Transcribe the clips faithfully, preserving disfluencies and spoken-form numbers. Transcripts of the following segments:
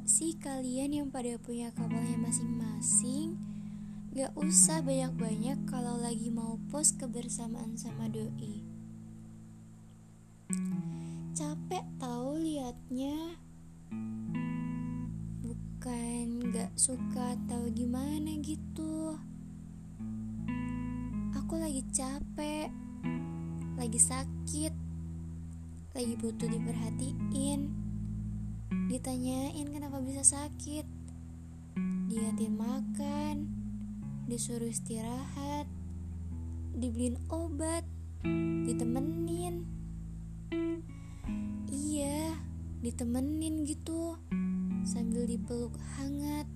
gak sih kalian yang pada punya kapalnya masing-masing? Gak usah banyak-banyak kalau lagi mau post kebersamaan sama doi. Capek tahu liatnya. Bukan gak suka atau gimana gitu. Aku lagi capek, lagi sakit, lagi butuh diperhatiin, ditanyain kenapa bisa sakit, diatin makan, disuruh istirahat, dibeliin obat, ditemenin. Iya, ditemenin gitu, sambil dipeluk hangat.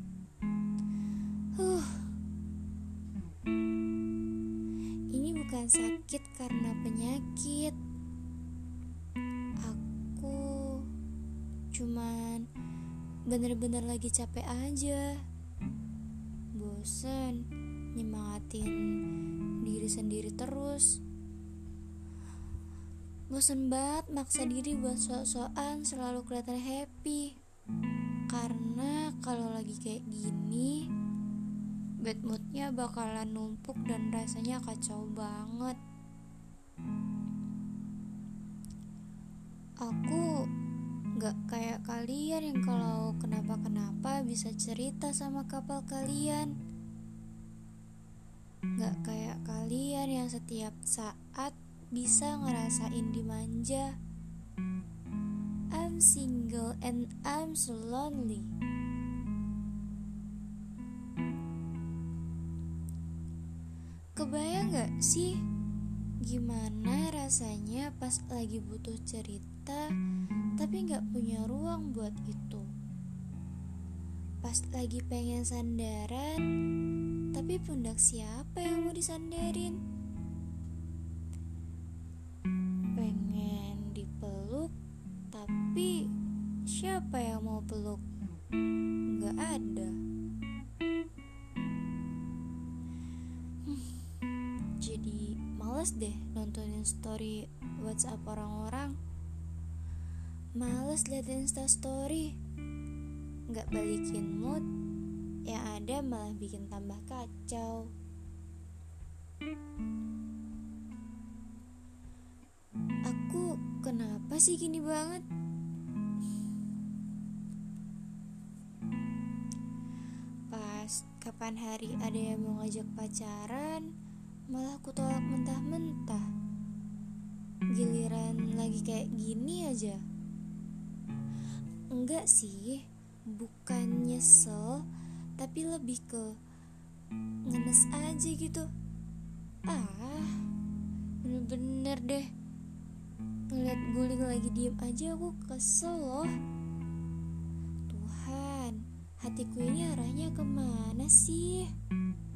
Huh. Ini bukan sakit karena penyakit. Aku cuman bener-bener lagi capek aja. Bosen nyemangatin diri sendiri terus. Bosen banget maksa diri buat sok-sokan selalu kelihatan happy. Karena kalau lagi kayak gini, bad moodnya bakalan numpuk dan rasanya kacau banget. Aku gak kayak kalian yang kalau kenapa-kenapa bisa cerita sama kapal kalian. Gak kayak kalian yang setiap saat bisa ngerasain dimanja. I'm single and I'm so lonely. Kebayang gak sih gimana rasanya pas lagi butuh cerita tapi gak punya ruang buat itu? Pas lagi pengen sandaran tapi pundak siapa yang mau disandarin? Pengen dipeluk tapi siapa yang mau peluk? Gak ada. Jadi males deh nontonin story WhatsApp orang-orang. Males liatin instastory, gak balikin mood, yang ada malah bikin tambah kacau. Aku kenapa sih gini banget? Pas kapan hari ada yang mau ngajak pacaran, malah aku tolak mentah-mentah. Giliran lagi kayak gini aja. Enggak sih, bukan nyesel, tapi lebih ke ngenes aja gitu. Ah, bener-bener deh. Ngeliat guling lagi diem aja aku kesel loh. Tuhan, hatiku ini arahnya kemana sih?